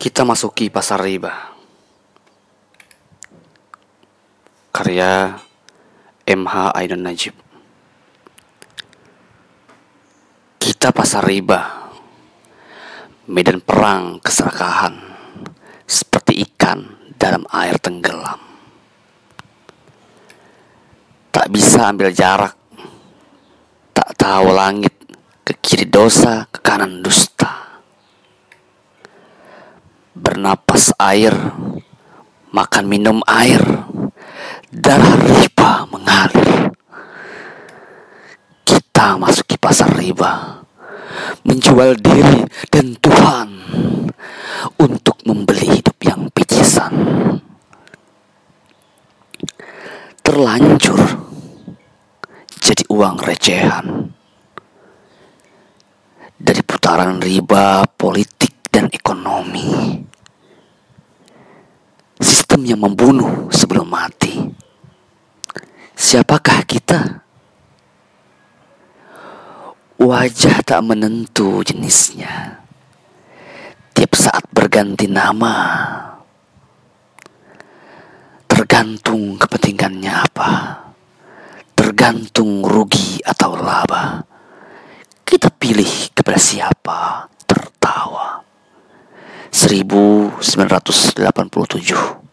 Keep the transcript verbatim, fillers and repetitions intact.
Kita masuki pasar riba. Karya M H Ainun Najib. Kita pasar riba, medan perang keserakahan, seperti ikan dalam air tenggelam. Tak bisa ambil jarak, tak tahu langit, ke kiri dosa, ke kanan dusta. Bernapas air, makan minum air, darah riba mengalir. Kita masuki pasar riba, menjual diri dan Tuhan untuk membeli hidup yang picisan. Terlanjur jadi uang recehan dari putaran riba politik dan ekonomi. Sistem yang membunuh sebelum mati. Siapakah kita? Wajah tak menentu jenisnya, tiap saat berganti nama. Tergantung kepentingannya apa, tergantung rugi atau laba. Kita pilih kepada siapa tertawa. seribu sembilan ratus delapan puluh tujuh